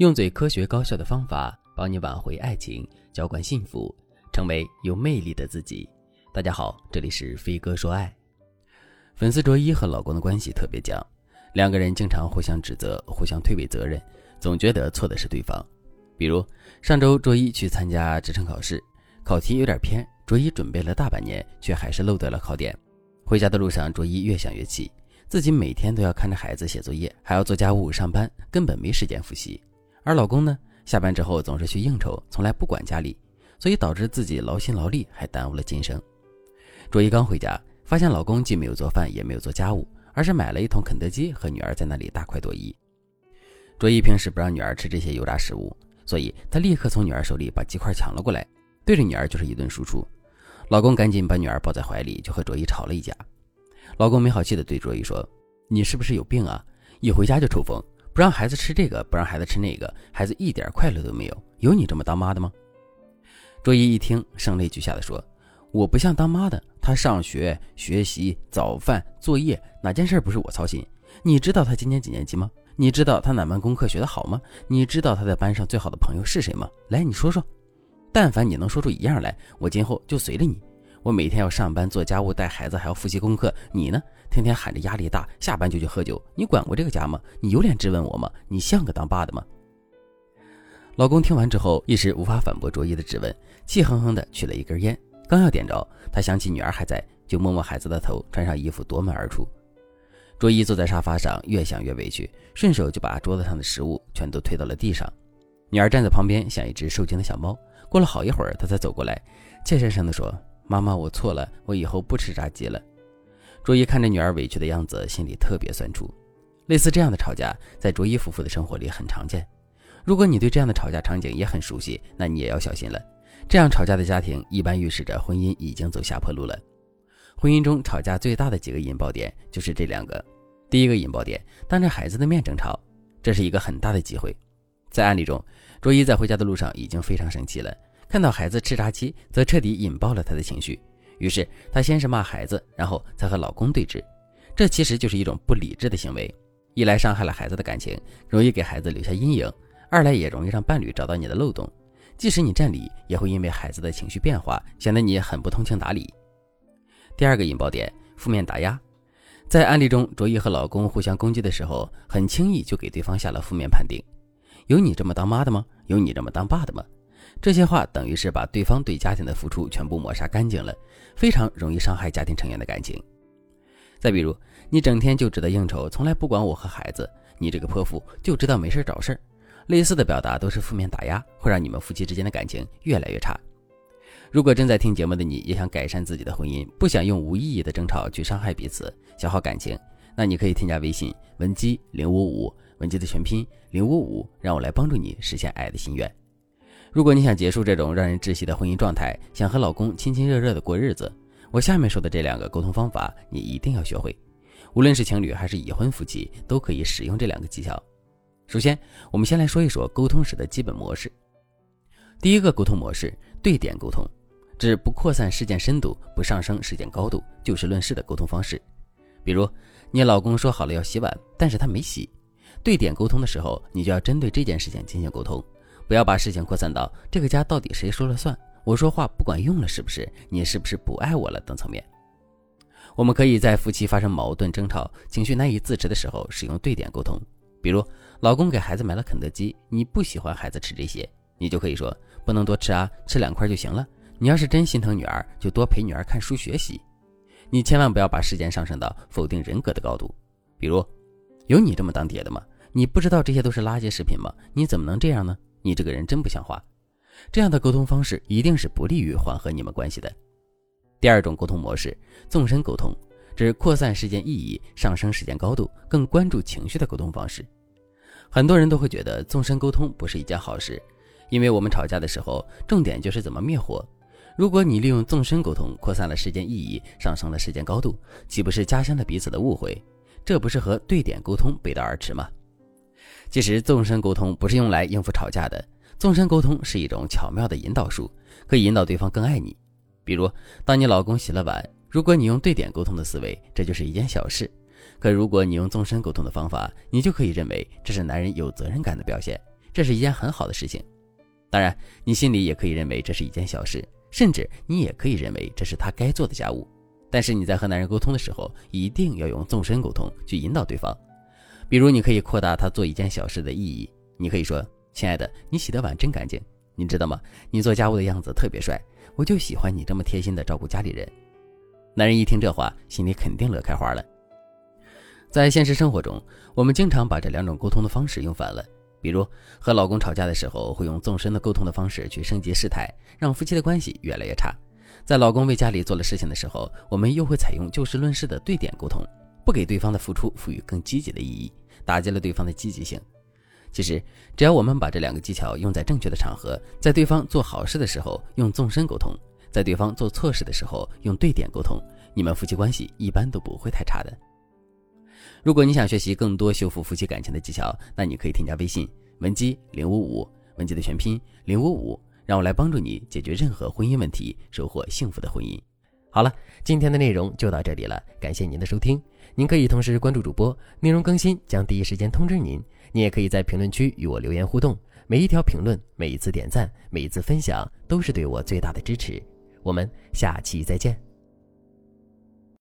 用最科学高效的方法帮你挽回爱情，浇灌幸福，成为有魅力的自己。大家好，这里是飞哥说爱。粉丝卓一和老公的关系特别僵，两个人经常互相指责，互相推诿责任，总觉得错的是对方。比如上周卓一去参加职称考试，考题有点偏，卓一准备了大半年，却还是漏得了考点。回家的路上，卓一越想越气，自己每天都要看着孩子写作业，还要做家务上班，根本没时间复习。而老公呢，下班之后总是去应酬，从来不管家里，所以导致自己劳心劳力，还耽误了晋升。卓一刚回家，发现老公既没有做饭，也没有做家务，而是买了一桶肯德基，和女儿在那里大快朵颐。卓一平时不让女儿吃这些油炸食物，所以他立刻从女儿手里把鸡块抢了过来，对着女儿就是一顿输出。老公赶紧把女儿抱在怀里，就和卓一吵了一架。老公没好气地对卓一说：“你是不是有病啊？一回家就抽风，不让孩子吃这个，不让孩子吃那个，孩子一点快乐都没有，有你这么当妈的吗？”卓一一听，声泪俱下地说：“我不像当妈的，他上学、学习、早饭、作业，哪件事不是我操心？你知道他今年几年级吗？你知道他哪门功课学得好吗？你知道他在班上最好的朋友是谁吗？来，你说说。但凡你能说出一样来，我今后就随着你。我每天要上班做家务带孩子，还要复习功课，你呢，天天喊着压力大，下班就去喝酒，你管过这个家吗？你有脸质问我吗？你像个当爸的吗？”老公听完之后一时无法反驳卓一的质问，气哼哼地取了一根烟，刚要点着，他想起女儿还在，就摸摸孩子的头，穿上衣服夺门而出。卓一坐在沙发上，越想越委屈，顺手就把桌子上的食物全都推到了地上。女儿站在旁边，像一只受惊的小猫。过了好一会儿，她才走过来，怯生生地说：“妈妈，我错了，我以后不吃炸鸡了。”卓一看着女儿委屈的样子，心里特别酸楚。类似这样的吵架，在卓一夫妇的生活里很常见。如果你对这样的吵架场景也很熟悉，那你也要小心了。这样吵架的家庭一般预示着婚姻已经走下坡路了。婚姻中吵架最大的几个引爆点就是这两个。第一个引爆点，当着孩子的面争吵，这是一个很大的机会。在案例中，卓一在回家的路上已经非常生气了，看到孩子吃炸鸡，则彻底引爆了他的情绪。于是她先是骂孩子，然后才和老公对峙。这其实就是一种不理智的行为，一来伤害了孩子的感情，容易给孩子留下阴影；二来也容易让伴侣找到你的漏洞，即使你占理，也会因为孩子的情绪变化，显得你很不通情达理。第二个引爆点，负面打压。在案例中，卓一和老公互相攻击的时候，很轻易就给对方下了负面判定。有你这么当妈的吗？有你这么当爸的吗？这些话等于是把对方对家庭的付出全部抹杀干净了，非常容易伤害家庭成员的感情。再比如，你整天就知道应酬，从来不管我和孩子，你这个泼妇就知道没事找事儿。类似的表达都是负面打压，会让你们夫妻之间的感情越来越差。如果正在听节目的你也想改善自己的婚姻，不想用无意义的争吵去伤害彼此，消耗感情，那你可以添加微信文姬055，文姬的全拼055，让我来帮助你实现爱的心愿。如果你想结束这种让人窒息的婚姻状态，想和老公亲亲热热的过日子，我下面说的这两个沟通方法你一定要学会。无论是情侣还是已婚夫妻，都可以使用这两个技巧。首先，我们先来说一说沟通时的基本模式。第一个沟通模式，对点沟通，指不扩散事件深度，不上升事件高度，就事论事的沟通方式。比如，你老公说好了要洗碗，但是他没洗。对点沟通的时候，你就要针对这件事情进行沟通，不要把事情扩散到这个家到底谁说了算，我说话不管用了是不是，你是不是不爱我了等层面。我们可以在夫妻发生矛盾争吵，情绪难以自持的时候使用对点沟通。比如老公给孩子买了肯德基，你不喜欢孩子吃这些，你就可以说，不能多吃啊，吃2块就行了。你要是真心疼女儿，就多陪女儿看书学习。你千万不要把事件上升到否定人格的高度。比如，有你这么当爹的吗？你不知道这些都是垃圾食品吗？你怎么能这样呢？你这个人真不像话。这样的沟通方式一定是不利于缓和你们关系的。第二种沟通模式，纵深沟通，指扩散事件意义，上升事件高度，更关注情绪的沟通方式。很多人都会觉得纵深沟通不是一件好事，因为我们吵架的时候，重点就是怎么灭火。如果你利用纵深沟通扩散了事件意义，上升了事件高度，岂不是加深了彼此的误会？这不是和对点沟通背道而驰吗？其实纵深沟通不是用来应付吵架的，纵深沟通是一种巧妙的引导术，可以引导对方更爱你。比如当你老公洗了碗，如果你用对点沟通的思维，这就是一件小事，可如果你用纵深沟通的方法，你就可以认为这是男人有责任感的表现， 这是一件很好的事情。当然，你心里也可以认为这是一件小事，甚至你也可以认为这是他该做的家务。但是你在和男人沟通的时候，一定要用纵深沟通去引导对方。比如你可以扩大他做一件小事的意义，你可以说，亲爱的，你洗的碗真干净，你知道吗？你做家务的样子特别帅，我就喜欢你这么贴心的照顾家里人。男人一听这话，心里肯定乐开花了。在现实生活中，我们经常把这两种沟通的方式用反了。比如和老公吵架的时候，会用纵深的沟通的方式去升级事态，让夫妻的关系越来越差。在老公为家里做了事情的时候，我们又会采用就事论事的对点沟通，不给对方的付出赋予更积极的意义，打击了对方的积极性。其实只要我们把这两个技巧用在正确的场合，在对方做好事的时候用纵深沟通，在对方做错事的时候用对点沟通，你们夫妻关系一般都不会太差的。如果你想学习更多修复夫妻感情的技巧，那你可以添加微信文姬055，文姬的全拼055，让我来帮助你解决任何婚姻问题，收获幸福的婚姻。 好了，今天的内容就到这里了，感谢您的收听。您可以同时关注主播，内容更新将第一时间通知您。您也可以在评论区与我留言互动，每一条评论，每一次点赞，每一次分享，都是对我最大的支持。我们下期再见。